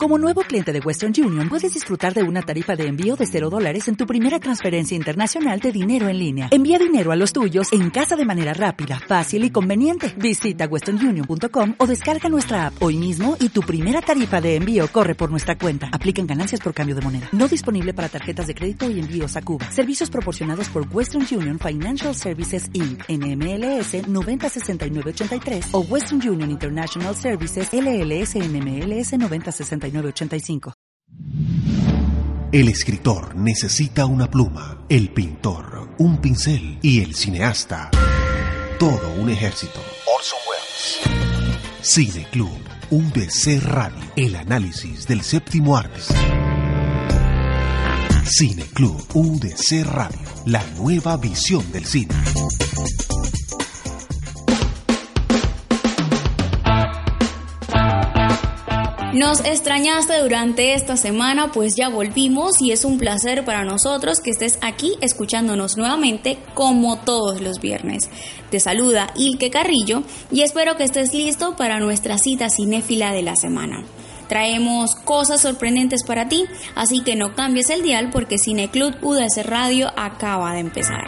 Como nuevo cliente de Western Union, puedes disfrutar de una tarifa de envío de $0 en tu primera transferencia internacional de dinero en línea. Envía dinero a los tuyos en casa de manera rápida, fácil y conveniente. Visita westernunion.com o descarga nuestra app hoy mismo y tu primera tarifa de envío corre por nuestra cuenta. Aplican ganancias por cambio de moneda. No disponible para tarjetas de crédito y envíos a Cuba. Servicios proporcionados por Western Union Financial Services Inc. NMLS 906983 o Western Union International Services LLS NMLS 906985. El escritor necesita una pluma, el pintor un pincel y el cineasta todo un ejército. Orson Welles. Cine Club UDC Radio, el análisis del séptimo arte. Cine Club UDC Radio, la nueva visión del cine. Nos extrañaste durante esta semana, pues ya volvimos y es un placer para nosotros que estés aquí escuchándonos nuevamente como todos los viernes. Te saluda Ilke Carrillo y espero que estés listo para nuestra cita cinéfila de la semana. Traemos cosas sorprendentes para ti, así que no cambies el dial porque Cine Club UDC Radio acaba de empezar.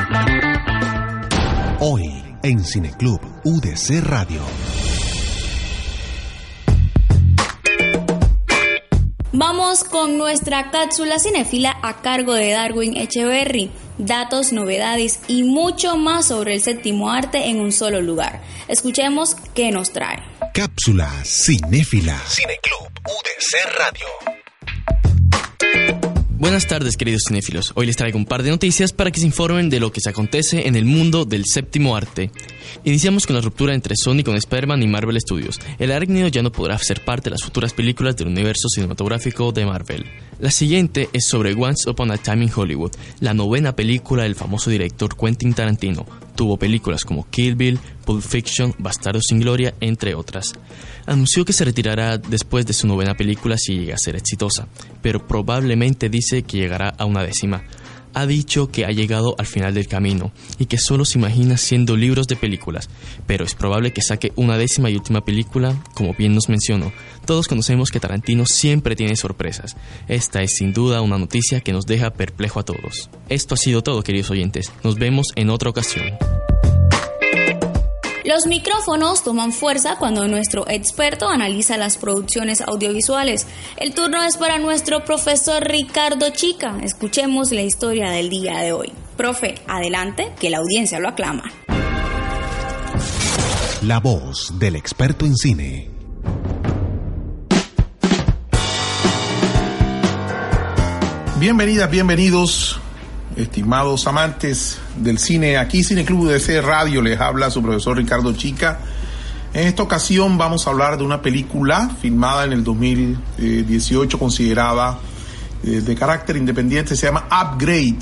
Hoy en Cine Club UDC Radio. Vamos con nuestra cápsula cinéfila a cargo de Darwin Echeverry. Datos, novedades y mucho más sobre el séptimo arte en un solo lugar. Escuchemos qué nos trae. Cápsula cinéfila. Cine Club UDC Radio. Buenas tardes, queridos cinéfilos. Hoy les traigo un par de noticias para que se informen de lo que se acontece en el mundo del séptimo arte. Iniciamos con la ruptura entre Sony con Spider-Man y Marvel Studios. El arácnido ya no podrá ser parte de las futuras películas del universo cinematográfico de Marvel. La siguiente es sobre Once Upon a Time in Hollywood, la novena película del famoso director Quentin Tarantino. Tuvo películas como Kill Bill, Pulp Fiction, Bastardos sin Gloria, entre otras. Anunció que se retirará después de su novena película si llega a ser exitosa, pero probablemente dice que llegará a una 10ª. Ha dicho que ha llegado al final del camino y que solo se imagina haciendo libros de películas, pero es probable que saque una 10ª y última película, como bien nos mencionó. Todos conocemos que Tarantino siempre tiene sorpresas. Esta es sin duda una noticia que nos deja perplejo a todos. Esto ha sido todo, queridos oyentes. Nos vemos en otra ocasión. Los micrófonos toman fuerza cuando nuestro experto analiza las producciones audiovisuales. El turno es para nuestro profesor Ricardo Chica. Escuchemos la historia del día de hoy. Profe, adelante, que la audiencia lo aclama. La voz del experto en cine. Bienvenidas, bienvenidos, estimados amantes del cine. Aquí Cine Club UDC Radio, les habla su profesor Ricardo Chica. En esta ocasión vamos a hablar de una película filmada en el 2018, considerada de carácter independiente. Se llama Upgrade.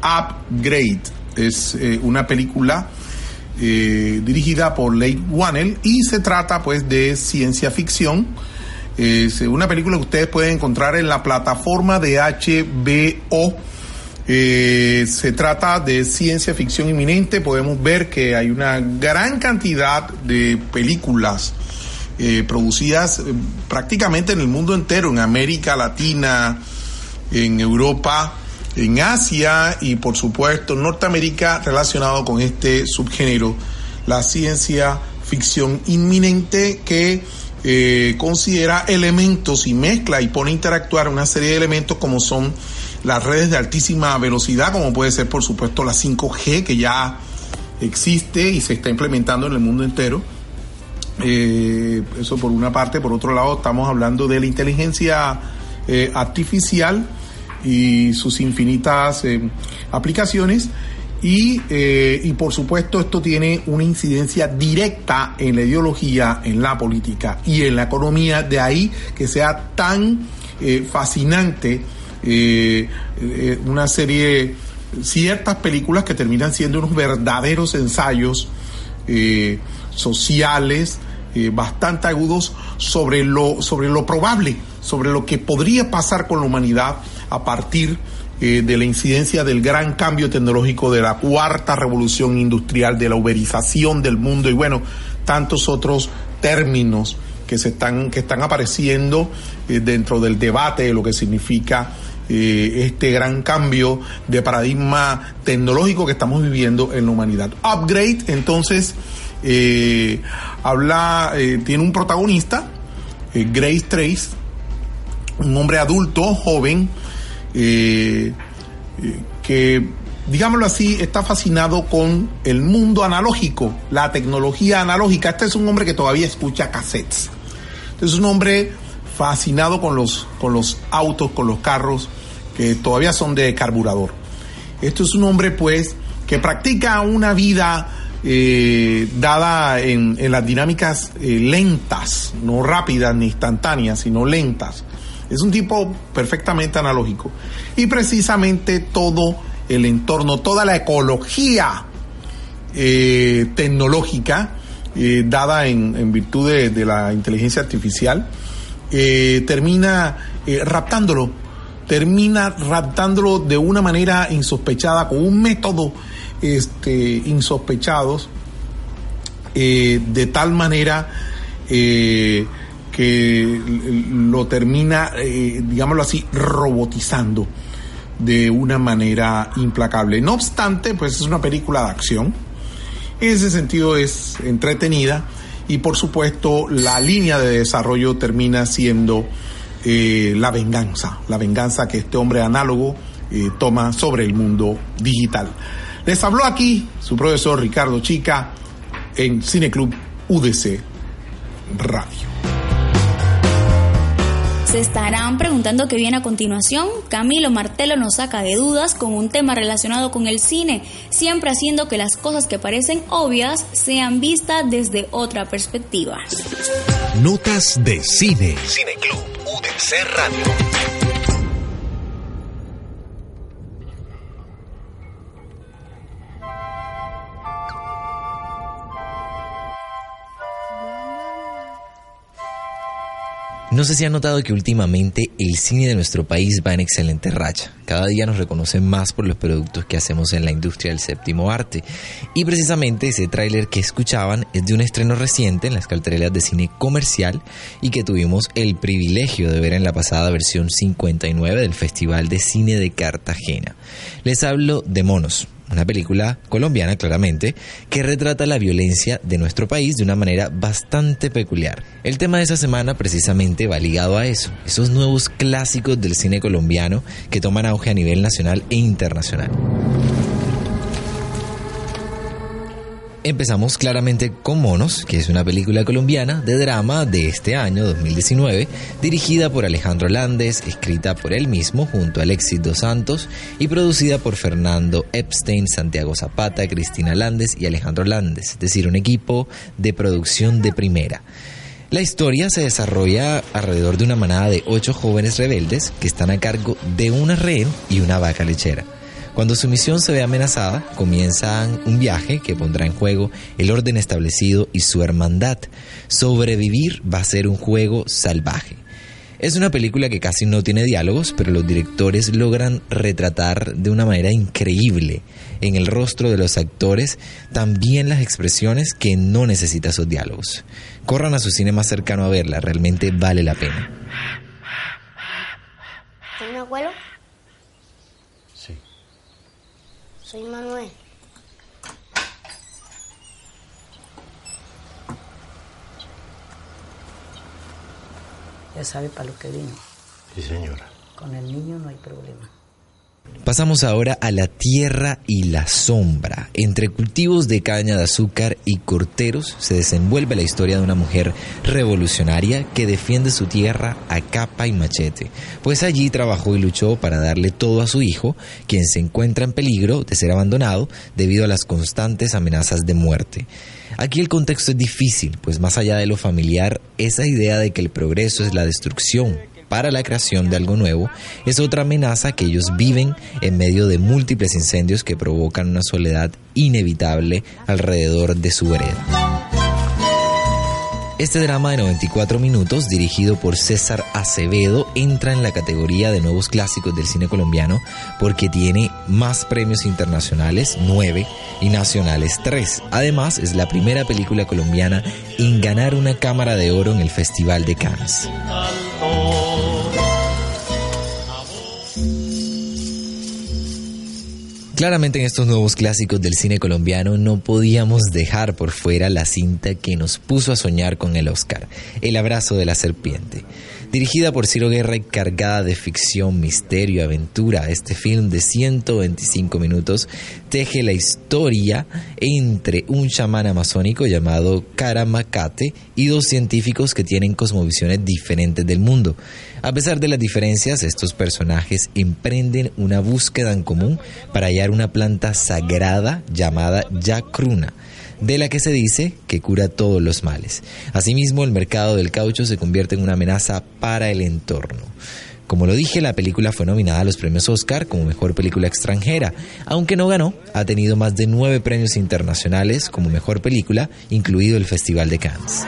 Es una película dirigida por Leigh Whannell y se trata pues de ciencia ficción. Es una película que ustedes pueden encontrar en la plataforma de HBO. Se trata de ciencia ficción inminente. Podemos ver que hay una gran cantidad de películas producidas prácticamente en el mundo entero, en América Latina, en Europa, en Asia y por supuesto en Norteamérica, relacionado con este subgénero, la ciencia ficción inminente, que considera elementos y mezcla y pone a interactuar una serie de elementos como son las redes de altísima velocidad, como puede ser por supuesto la 5G, que ya existe y se está implementando en el mundo entero. Eso por una parte. Por otro lado, estamos hablando de la inteligencia artificial y sus infinitas aplicaciones. Y por supuesto esto tiene una incidencia directa en la ideología, en la política y en la economía. De ahí que sea tan fascinante una serie, ciertas películas que terminan siendo unos verdaderos ensayos sociales bastante agudos sobre lo probable, sobre lo que podría pasar con la humanidad a partir de la incidencia del gran cambio tecnológico, de la cuarta revolución industrial, de la uberización del mundo y bueno, tantos otros términos que están apareciendo dentro del debate de lo que significa este gran cambio de paradigma tecnológico que estamos viviendo en la humanidad. Upgrade, entonces, tiene un protagonista, Grace Trace, un hombre adulto, joven, que, digámoslo así, está fascinado con el mundo analógico, la tecnología analógica. Este es un hombre que todavía escucha cassettes. Este es un hombre fascinado con los autos, con los carros que todavía son de carburador. Esto es un hombre, pues, que practica una vida dada en las dinámicas lentas, no rápidas ni instantáneas, sino lentas. Es un tipo perfectamente analógico. Y precisamente todo el entorno, toda la ecología tecnológica dada en virtud de la inteligencia artificial, termina raptándolo de una manera insospechada, con un método insospechados, de tal manera que lo termina, digámoslo así, robotizando de una manera implacable. No obstante, pues es una película de acción. En ese sentido es entretenida y, por supuesto, la línea de desarrollo termina siendo la venganza que este hombre análogo toma sobre el mundo digital. Les habló aquí su profesor Ricardo Chica en Cineclub UDC Radio. Se estarán preguntando qué viene a continuación. Camilo Martelo nos saca de dudas con un tema relacionado con el cine, siempre haciendo que las cosas que parecen obvias sean vistas desde otra perspectiva. Notas de cine. Cineclub UDC Radio. No sé si han notado que últimamente el cine de nuestro país va en excelente racha. Cada día nos reconocen más por los productos que hacemos en la industria del séptimo arte. Y precisamente ese tráiler que escuchaban es de un estreno reciente en las carteleras de cine comercial y que tuvimos el privilegio de ver en la pasada versión 59 del Festival de Cine de Cartagena. Les hablo de Monos, una película colombiana claramente, que retrata la violencia de nuestro país de una manera bastante peculiar. El tema de esa semana precisamente va ligado a eso, esos nuevos clásicos del cine colombiano que toman auge a nivel nacional e internacional. Empezamos claramente con Monos, que es una película colombiana de drama de este año 2019, dirigida por Alejandro Landes, escrita por él mismo junto a Alexis Dos Santos y producida por Fernando Epstein, Santiago Zapata, Cristina Landes y Alejandro Landes, es decir, un equipo de producción de primera. La historia se desarrolla alrededor de una manada de 8 jóvenes rebeldes que están a cargo de una rehén y una vaca lechera. Cuando su misión se ve amenazada, comienzan un viaje que pondrá en juego el orden establecido y su hermandad. Sobrevivir va a ser un juego salvaje. Es una película que casi no tiene diálogos, pero los directores logran retratar de una manera increíble en el rostro de los actores también las expresiones que no necesita esos diálogos. Corran a su cine más cercano a verla, realmente vale la pena. ¿Es mi abuelo? Sí. Soy Manuel. Ya sabe para lo que vino. Sí, señora. Con el niño no hay problema. Pasamos ahora a La Tierra y la Sombra. Entre cultivos de caña de azúcar y corteros se desenvuelve la historia de una mujer revolucionaria que defiende su tierra a capa y machete, pues allí trabajó y luchó para darle todo a su hijo, quien se encuentra en peligro de ser abandonado debido a las constantes amenazas de muerte. Aquí el contexto es difícil, pues más allá de lo familiar, esa idea de que el progreso es la destrucción para la creación de algo nuevo es otra amenaza que ellos viven en medio de múltiples incendios que provocan una soledad inevitable alrededor de su vereda. Este drama de 94 minutos, dirigido por César Acevedo, entra en la categoría de nuevos clásicos del cine colombiano porque tiene más premios internacionales, 9, y nacionales, 3. Además, es la primera película colombiana en ganar una Cámara de Oro en el Festival de Cannes. Claramente en estos nuevos clásicos del cine colombiano no podíamos dejar por fuera la cinta que nos puso a soñar con el Oscar, El abrazo de la serpiente. Dirigida por Ciro Guerra y cargada de ficción, misterio, aventura, este film de 125 minutos teje la historia entre un chamán amazónico llamado Caramacate y dos científicos que tienen cosmovisiones diferentes del mundo. A pesar de las diferencias, estos personajes emprenden una búsqueda en común para hallar una planta sagrada llamada Yacruna, de la que se dice que cura todos los males. Asimismo, el mercado del caucho se convierte en una amenaza para el entorno. Como lo dije, la película fue nominada a los premios Oscar como Mejor Película Extranjera. Aunque no ganó, ha tenido más de 9 premios internacionales como Mejor Película, incluido el Festival de Cannes.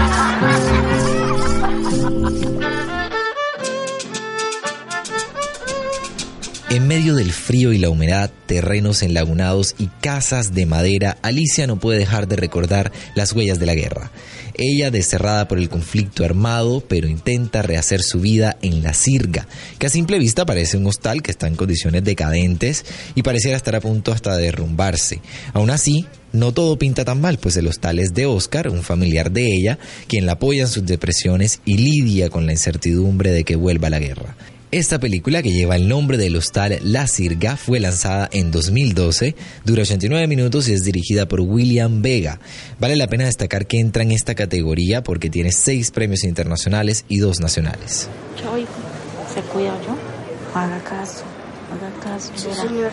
En medio del frío y la humedad, terrenos enlagunados y casas de madera, Alicia no puede dejar de recordar las huellas de la guerra. Ella, desterrada por el conflicto armado, pero intenta rehacer su vida en La Sirga, que a simple vista parece un hostal que está en condiciones decadentes y pareciera estar a punto hasta de derrumbarse. Aún así, no todo pinta tan mal, pues el hostal es de Oscar, un familiar de ella, quien la apoya en sus depresiones y lidia con la incertidumbre de que vuelva la guerra. Esta película, que lleva el nombre del hostal La Sirga, fue lanzada en 2012, dura 89 minutos y es dirigida por William Vega. Vale la pena destacar que entra en esta categoría porque tiene 6 premios internacionales y 2 nacionales. Yo, hijo, ¿se cuida yo? Haga caso, Sí, señor.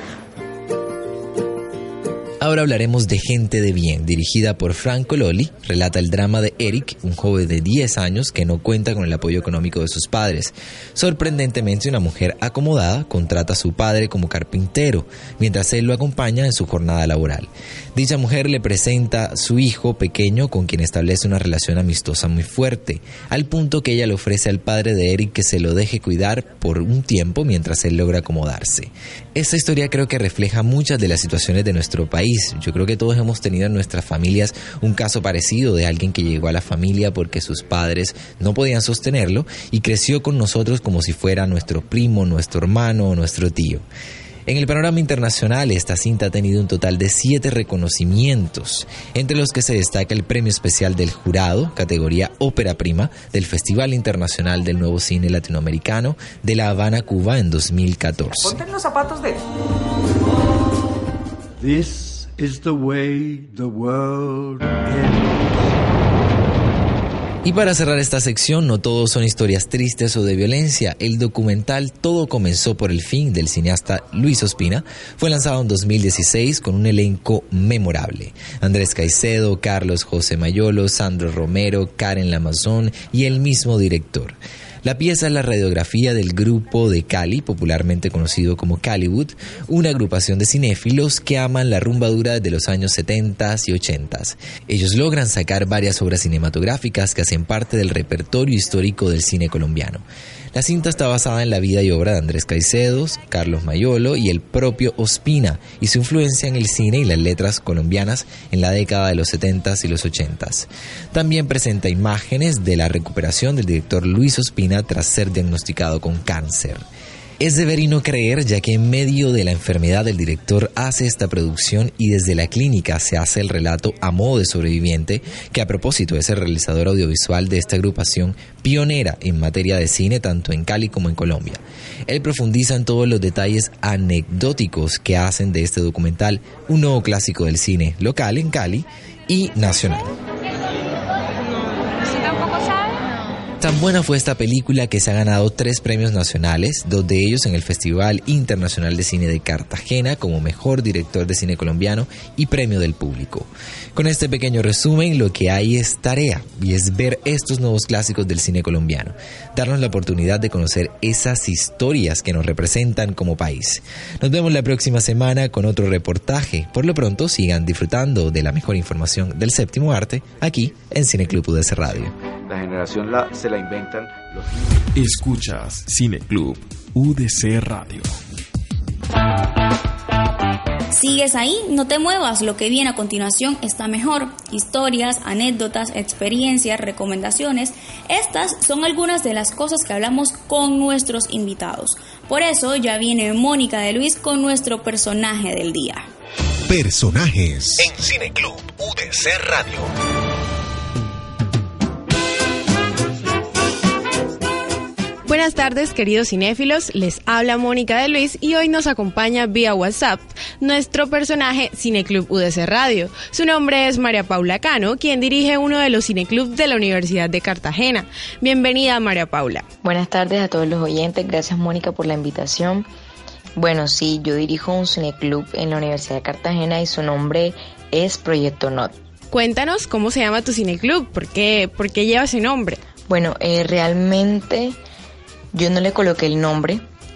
Ahora hablaremos de Gente de Bien, dirigida por Franco Loli. Relata el drama de Eric, un joven de 10 años que no cuenta con el apoyo económico de sus padres. Sorprendentemente, una mujer acomodada contrata a su padre como carpintero, mientras él lo acompaña en su jornada laboral. Dicha mujer le presenta a su hijo pequeño, con quien establece una relación amistosa muy fuerte, al punto que ella le ofrece al padre de Eric que se lo deje cuidar por un tiempo mientras él logra acomodarse. Esta historia creo que refleja muchas de las situaciones de nuestro país. Yo creo que todos hemos tenido en nuestras familias un caso parecido de alguien que llegó a la familia porque sus padres no podían sostenerlo y creció con nosotros como si fuera nuestro primo, nuestro hermano o nuestro tío. En el panorama internacional, esta cinta ha tenido un total de 7 reconocimientos, entre los que se destaca el premio especial del jurado, categoría ópera prima, del Festival Internacional del Nuevo Cine Latinoamericano de La Habana, Cuba, en 2014. Ponte los zapatos de... This is the way the world ends. Y para cerrar esta sección, no todos son historias tristes o de violencia. El documental Todo comenzó por el fin, del cineasta Luis Ospina, fue lanzado en 2016 con un elenco memorable. Andrés Caicedo, Carlos José Mayolo, Sandro Romero, Karen Lamazón y el mismo director. La pieza es la radiografía del grupo de Cali, popularmente conocido como Caliwood, una agrupación de cinéfilos que aman la rumba dura desde los años 70 y 80. Ellos logran sacar varias obras cinematográficas que hacen parte del repertorio histórico del cine colombiano. La cinta está basada en la vida y obra de Andrés Caicedo, Carlos Mayolo y el propio Ospina, y su influencia en el cine y las letras colombianas en la década de los 70s y los 80s. También presenta imágenes de la recuperación del director Luis Ospina tras ser diagnosticado con cáncer. Es de ver y no creer, ya que en medio de la enfermedad el director hace esta producción y desde la clínica se hace el relato a modo de sobreviviente, que a propósito es el realizador audiovisual de esta agrupación pionera en materia de cine tanto en Cali como en Colombia. Él profundiza en todos los detalles anecdóticos que hacen de este documental un nuevo clásico del cine local en Cali y nacional. Tan buena fue esta película que se ha ganado 3 premios nacionales, 2 de ellos en el Festival Internacional de Cine de Cartagena como Mejor Director de Cine Colombiano y Premio del Público. Con este pequeño resumen, lo que hay es tarea, y es ver estos nuevos clásicos del cine colombiano, darnos la oportunidad de conocer esas historias que nos representan como país. Nos vemos la próxima semana con otro reportaje. Por lo pronto, sigan disfrutando de la mejor información del séptimo arte aquí en Cineclub UDC Radio. La generación se la inventan los niños. Escuchas Cineclub UDC Radio. ¿Sigues ahí? No te muevas, lo que viene a continuación está mejor. Historias, anécdotas, experiencias, recomendaciones. Estas son algunas de las cosas que hablamos con nuestros invitados. Por eso ya viene Mónica de Luis con nuestro personaje del día. Personajes en Cineclub UDC Radio. Buenas tardes, queridos cinéfilos, les habla Mónica de Luis y hoy nos acompaña vía WhatsApp nuestro personaje Cineclub UDC Radio. Su nombre es María Paula Cano, quien dirige uno de los cineclubs de la Universidad de Cartagena. Bienvenida, María Paula. Buenas tardes a todos los oyentes, gracias Mónica por la invitación. Bueno, sí, yo dirijo un cineclub en la Universidad de Cartagena y su nombre es Proyecto Not. Cuéntanos cómo se llama tu cineclub, ¿por qué lleva ese nombre? Bueno, realmente yo no le coloqué el nombre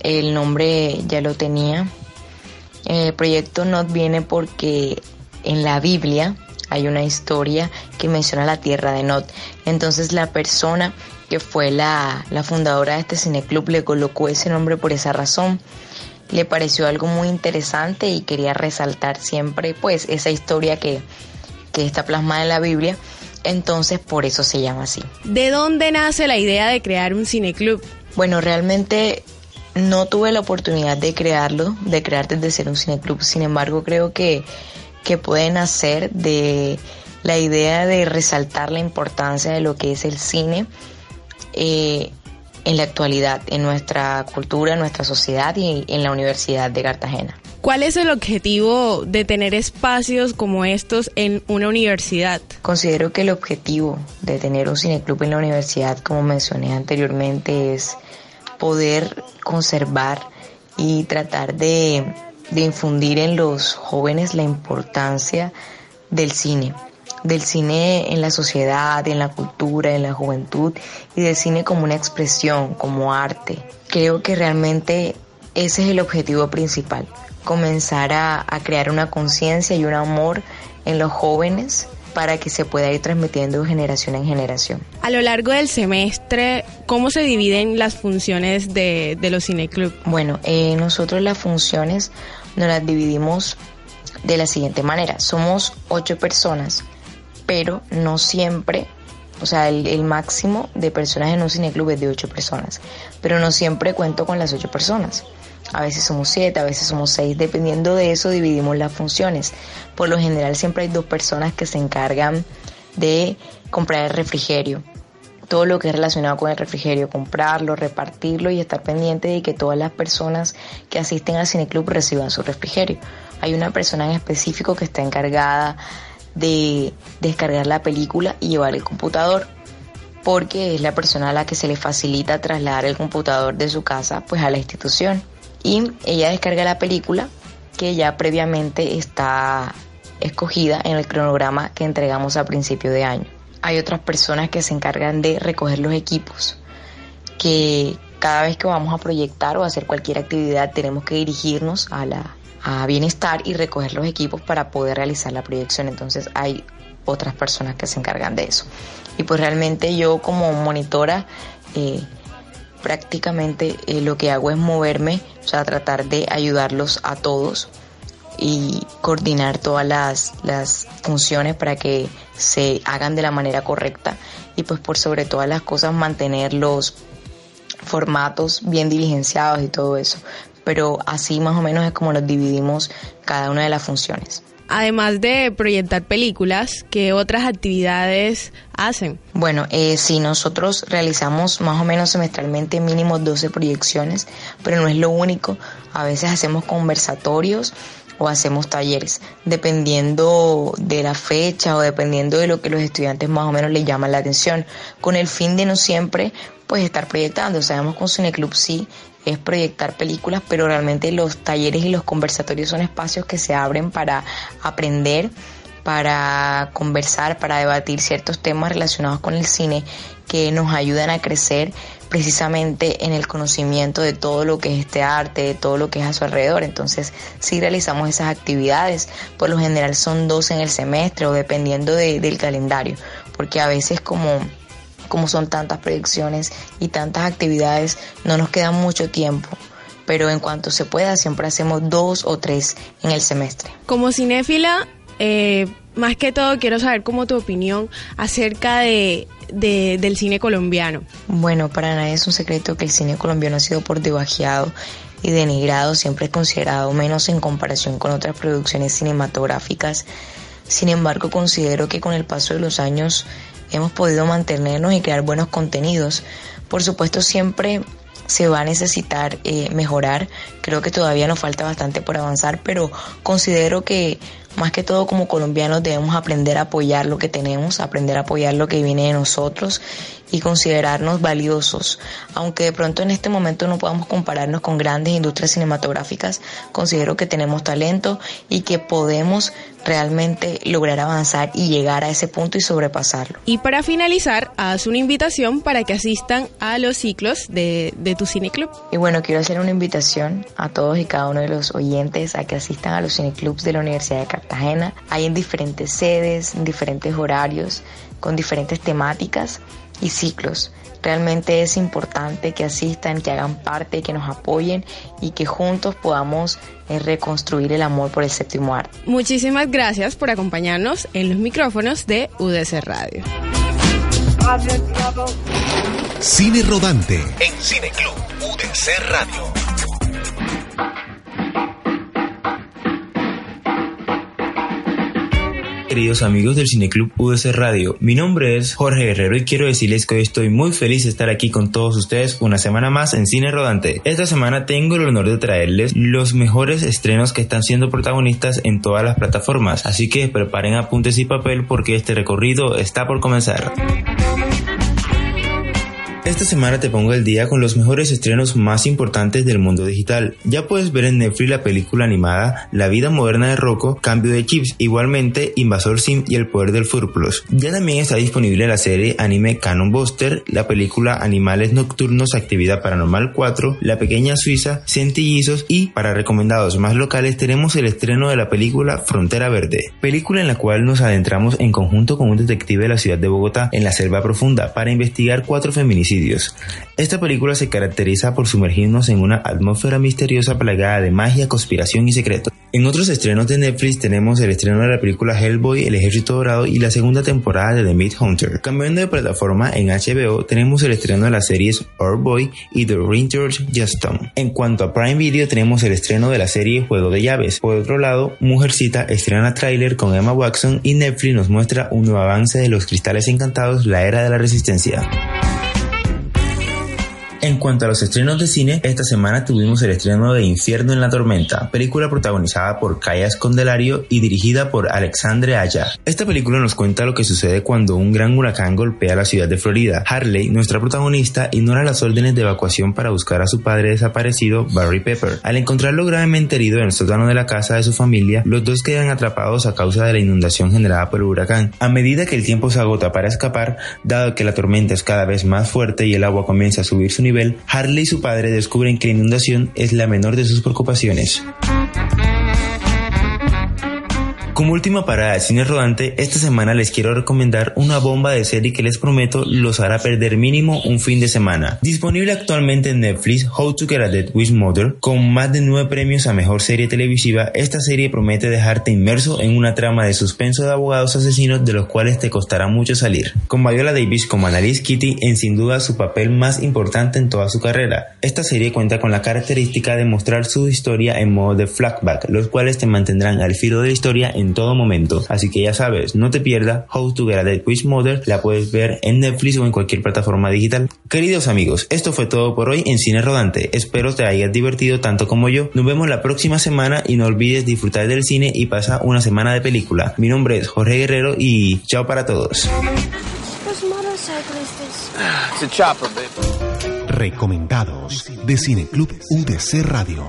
ya lo tenía. Proyecto Not viene porque en la Biblia hay una historia que menciona la tierra de Not. Entonces la persona que fue la fundadora de este cineclub le colocó ese nombre por esa razón. Le pareció algo muy interesante y quería resaltar siempre pues esa historia que está plasmada en la Biblia. Entonces por eso se llama así. ¿De dónde nace la idea de crear un cineclub? Bueno, realmente no tuve la oportunidad de crear desde cero un cineclub. Sin embargo, creo que puede nacer de la idea de resaltar la importancia de lo que es el cine en la actualidad, en nuestra cultura, en nuestra sociedad y en la Universidad de Cartagena. ¿Cuál es el objetivo de tener espacios como estos en una universidad? Considero que el objetivo de tener un cineclub en la universidad, como mencioné anteriormente, es poder conservar y tratar de infundir en los jóvenes la importancia del cine en la sociedad, en la cultura, en la juventud y del cine como una expresión, como arte. Creo que realmente ese es el objetivo principal, comenzar a crear una conciencia y un amor en los jóvenes para que se pueda ir transmitiendo de generación en generación. A lo largo del semestre, ¿cómo se dividen las funciones de los cineclub? Bueno, nosotros las funciones nos las dividimos de la siguiente manera. Somos 8 personas, pero no siempre, o sea, el máximo de personas en un cineclub es de 8 personas, pero no siempre cuento con las 8 personas. A veces somos 7, a veces somos 6, dependiendo de eso dividimos las funciones. Por lo general siempre hay 2 personas que se encargan de comprar el refrigerio. Todo lo que es relacionado con el refrigerio, comprarlo, repartirlo y estar pendiente de que todas las personas que asisten al cineclub reciban su refrigerio. Hay una persona en específico que está encargada de descargar la película y llevar el computador, porque es la persona a la que se le facilita trasladar el computador de su casa pues a la institución. Y ella descarga la película que ya previamente está escogida en el cronograma que entregamos a principio de año. Hay otras personas que se encargan de recoger los equipos, que cada vez que vamos a proyectar o a hacer cualquier actividad tenemos que dirigirnos a Bienestar y recoger los equipos para poder realizar la proyección. Entonces hay otras personas que se encargan de eso. Y pues realmente yo como monitora prácticamente lo que hago es moverme, o sea, tratar de ayudarlos a todos y coordinar todas las funciones para que se hagan de la manera correcta y pues por sobre todas las cosas mantener los formatos bien diligenciados y todo eso. Pero así más o menos es como nos dividimos cada una de las funciones. Además de proyectar películas, ¿qué otras actividades hacen? Bueno, sí, nosotros realizamos más o menos semestralmente mínimo 12 proyecciones, pero no es lo único. A veces hacemos conversatorios, o hacemos talleres, dependiendo de la fecha o dependiendo de lo que los estudiantes más o menos les llaman la atención, con el fin de no siempre pues estar proyectando. Sabemos que un cineclub sí es proyectar películas, pero realmente los talleres y los conversatorios son espacios que se abren para aprender, para conversar, para debatir ciertos temas relacionados con el cine que nos ayudan a crecer precisamente en el conocimiento de todo lo que es este arte, de todo lo que es a su alrededor. Entonces sí realizamos esas actividades, por lo general son 2 en el semestre o dependiendo del calendario, porque a veces como son tantas proyecciones y tantas actividades no nos queda mucho tiempo, pero en cuanto se pueda siempre hacemos 2 o 3 en el semestre. Como cinéfila, más que todo quiero saber como tu opinión acerca del cine colombiano. Bueno, para nadie es un secreto que el cine colombiano ha sido por debajeado y denigrado, siempre es considerado menos en comparación con otras producciones cinematográficas. Sin embargo, considero que con el paso de los años hemos podido mantenernos y crear buenos contenidos. Por supuesto, siempre se va a necesitar mejorar. Creo que todavía nos falta bastante por avanzar, pero considero que más que todo como colombianos debemos aprender a apoyar lo que tenemos, aprender a apoyar lo que viene de nosotros y considerarnos valiosos. Aunque de pronto en este momento no podamos compararnos con grandes industrias cinematográficas, considero que tenemos talento y que podemos realmente lograr avanzar y llegar a ese punto y sobrepasarlo. Y para finalizar, haz una invitación para que asistan a los ciclos de tu cineclub. Y bueno, quiero hacer una invitación a todos y cada uno de los oyentes a que asistan a los cineclubs de la Universidad de Cartagena. Hay en diferentes sedes, en diferentes horarios, con diferentes temáticas y ciclos. Realmente es importante que asistan, que hagan parte, que nos apoyen y que juntos podamos reconstruir el amor por el séptimo arte. Muchísimas gracias por acompañarnos en los micrófonos de UDC Radio. Cine Rodante en Cineclub UDC Radio. Queridos amigos del Cineclub UDC Radio, mi nombre es Jorge Guerrero y quiero decirles que hoy estoy muy feliz de estar aquí con todos ustedes una semana más en Cine Rodante. Esta semana tengo el honor de traerles los mejores estrenos que están siendo protagonistas en todas las plataformas, así que preparen apuntes y papel porque este recorrido está por comenzar. Esta semana te pongo al día con los mejores estrenos más importantes del mundo digital. Ya puedes ver en Netflix la película animada La vida moderna de Rocco, Cambio de chips, igualmente Invasor Sim y El poder del Furplus. Ya también está disponible la serie anime Cannon Buster, la película Animales nocturnos, Actividad paranormal 4, La pequeña Suiza, Centillizos y, para recomendados más locales, tenemos el estreno de la película Frontera Verde, película en la cual nos adentramos en conjunto con un detective de la ciudad de Bogotá en la selva profunda para investigar 4 feminicidios. Esta película se caracteriza por sumergirnos en una atmósfera misteriosa plagada de magia, conspiración y secretos. En otros estrenos de Netflix tenemos el estreno de la película Hellboy, El Ejército Dorado y la segunda temporada de The Midhunter. Cambiando de plataforma, en HBO tenemos el estreno de las series Our Boy y The Rangers Justone. En cuanto a Prime Video tenemos el estreno de la serie Juego de Llaves. Por otro lado, Mujercita estrena tráiler con Emma Watson y Netflix nos muestra un nuevo avance de Los Cristales Encantados, La Era de la Resistencia. En cuanto a los estrenos de cine, esta semana tuvimos el estreno de Infierno en la Tormenta, película protagonizada por Kaya Scodelario y dirigida por Alexandre Aja. Esta película nos cuenta lo que sucede cuando un gran huracán golpea la ciudad de Florida. Harley, nuestra protagonista, ignora las órdenes de evacuación para buscar a su padre desaparecido, Barry Pepper. Al encontrarlo gravemente herido en el sótano de la casa de su familia, los dos quedan atrapados a causa de la inundación generada por el huracán. A medida que el tiempo se agota para escapar, dado que la tormenta es cada vez más fuerte y el agua comienza a subir su nivel, Harley y su padre descubren que la inundación es la menor de sus preocupaciones. Como última parada de Cine Rodante, esta semana les quiero recomendar una bomba de serie que les prometo los hará perder mínimo un fin de semana. Disponible actualmente en Netflix, How to Get a Dead Wish Mother, con más de 9 premios a mejor serie televisiva, esta serie promete dejarte inmerso en una trama de suspenso de abogados asesinos de los cuales te costará mucho salir. Con Viola Davis como Annalise Keating en sin duda su papel más importante en toda su carrera. Esta serie cuenta con la característica de mostrar su historia en modo de flashback, los cuales te mantendrán al filo de la historia en en todo momento. Así que ya sabes, no te pierdas How to Get a Dead with Mother, la puedes ver en Netflix o en cualquier plataforma digital. Queridos amigos, esto fue todo por hoy en Cine Rodante. Espero te hayas divertido tanto como yo. Nos vemos la próxima semana y no olvides disfrutar del cine y pasa una semana de película. Mi nombre es Jorge Guerrero y chao para todos. Recomendados de Cineclub UDC Radio.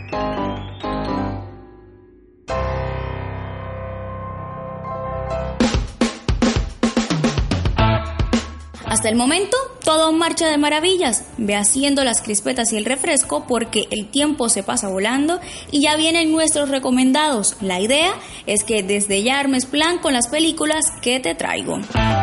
Hasta el momento, todo marcha de maravillas. Ve haciendo las crispetas y el refresco porque el tiempo se pasa volando y ya vienen nuestros recomendados. La idea es que desde ya armes plan con las películas que te traigo.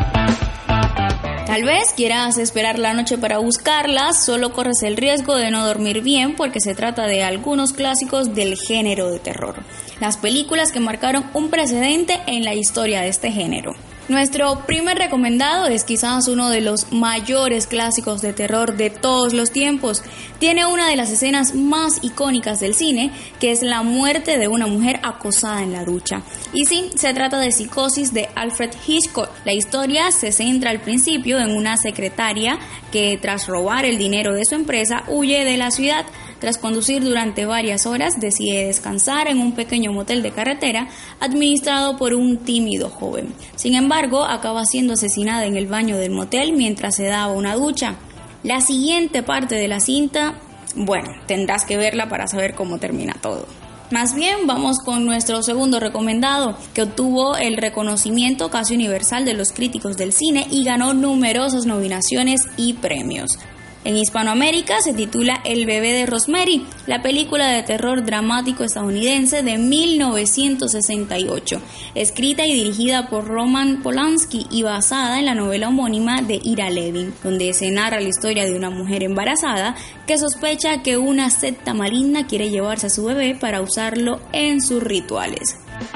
Tal vez quieras esperar la noche para buscarlas, solo corres el riesgo de no dormir bien porque se trata de algunos clásicos del género de terror. Las películas que marcaron un precedente en la historia de este género. Nuestro primer recomendado es quizás uno de los mayores clásicos de terror de todos los tiempos. Tiene una de las escenas más icónicas del cine, que es la muerte de una mujer acosada en la ducha. Y sí, se trata de Psicosis de Alfred Hitchcock. La historia se centra al principio en una secretaria que, tras robar el dinero de su empresa, huye de la ciudad. Tras conducir durante varias horas, decide descansar en un pequeño motel de carretera administrado por un tímido joven. Sin embargo, acaba siendo asesinada en el baño del motel mientras se daba una ducha. La siguiente parte de la cinta, bueno, tendrás que verla para saber cómo termina todo. Más bien, vamos con nuestro segundo recomendado, que obtuvo el reconocimiento casi universal de los críticos del cine y ganó numerosas nominaciones y premios. En Hispanoamérica se titula El bebé de Rosemary, la película de terror dramático estadounidense de 1968, escrita y dirigida por Roman Polanski y basada en la novela homónima de Ira Levin, donde se narra la historia de una mujer embarazada que sospecha que una secta maligna quiere llevarse a su bebé para usarlo en sus rituales.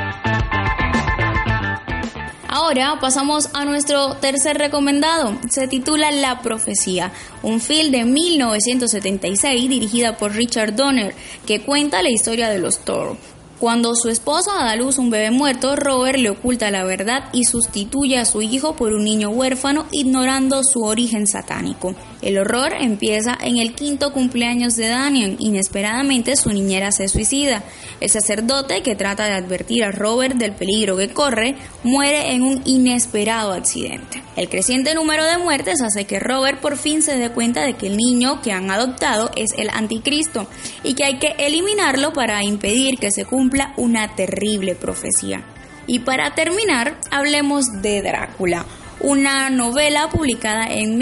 Ahora pasamos a nuestro tercer recomendado. Se titula La Profecía, un film de 1976 dirigida por Richard Donner que cuenta la historia de los Thor. Cuando su esposa da a luz un bebé muerto, Robert le oculta la verdad y sustituye a su hijo por un niño huérfano, ignorando su origen satánico. El horror empieza en el 5º cumpleaños de Daniel. Inesperadamente su niñera se suicida. El sacerdote, que trata de advertir a Robert del peligro que corre, muere en un inesperado accidente. El creciente número de muertes hace que Robert por fin se dé cuenta de que el niño que han adoptado es el anticristo y que hay que eliminarlo para impedir que se cumpla una terrible profecía. Y para terminar, hablemos de Drácula, una novela publicada en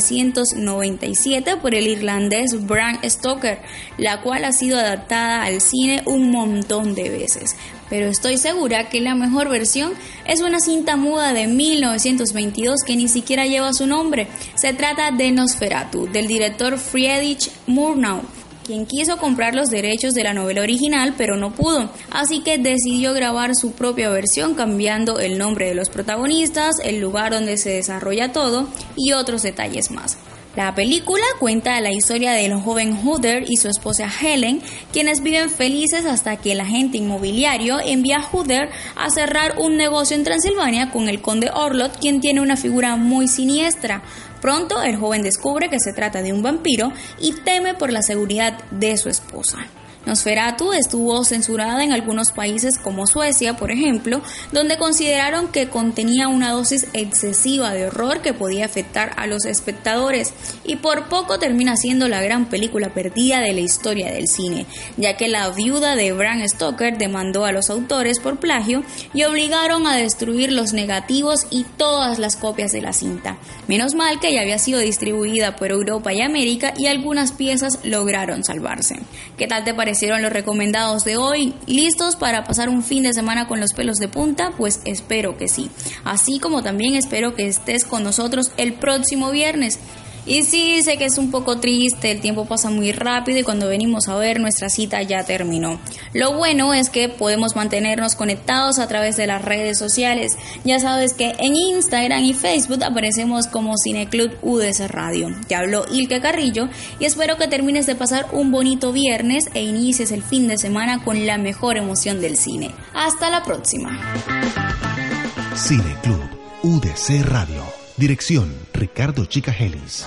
1997 por el irlandés Bram Stoker, la cual ha sido adaptada al cine un montón de veces. Pero estoy segura que la mejor versión es una cinta muda de 1922 que ni siquiera lleva su nombre. Se trata de Nosferatu, del director Friedrich Murnau, quien quiso comprar los derechos de la novela original pero no pudo, así que decidió grabar su propia versión cambiando el nombre de los protagonistas, el lugar donde se desarrolla todo y otros detalles más. La película cuenta la historia del joven Hooder y su esposa Helen, quienes viven felices hasta que el agente inmobiliario envía a Hooder a cerrar un negocio en Transilvania con el conde Orlok, quien tiene una figura muy siniestra. Pronto el joven descubre que se trata de un vampiro y teme por la seguridad de su esposa. Nosferatu estuvo censurada en algunos países como Suecia, por ejemplo, donde consideraron que contenía una dosis excesiva de horror que podía afectar a los espectadores, y por poco termina siendo la gran película perdida de la historia del cine, ya que la viuda de Bram Stoker demandó a los autores por plagio y obligaron a destruir los negativos y todas las copias de la cinta. Menos mal que ya había sido distribuida por Europa y América y algunas piezas lograron salvarse. ¿Qué tal te parecieron los recomendados de hoy? ¿Listos para pasar un fin de semana con los pelos de punta? Pues espero que sí. Así como también espero que estés con nosotros el próximo viernes. Y sí, sé que es un poco triste, el tiempo pasa muy rápido y cuando venimos a ver nuestra cita ya terminó. Lo bueno es que podemos mantenernos conectados a través de las redes sociales. Ya sabes que en Instagram y Facebook aparecemos como Cineclub UDC Radio. Te habló Ilke Carrillo y espero que termines de pasar un bonito viernes e inicies el fin de semana con la mejor emoción del cine. Hasta la próxima. Cineclub UDC Radio. Dirección Ricardo Chicagelis.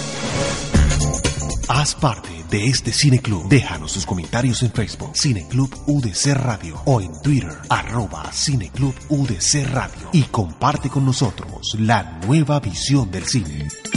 Haz parte de este Cineclub. Déjanos tus comentarios en Facebook, Cineclub UDC Radio, o en Twitter, @Cineclub UDC Radio, y comparte con nosotros la nueva visión del cine.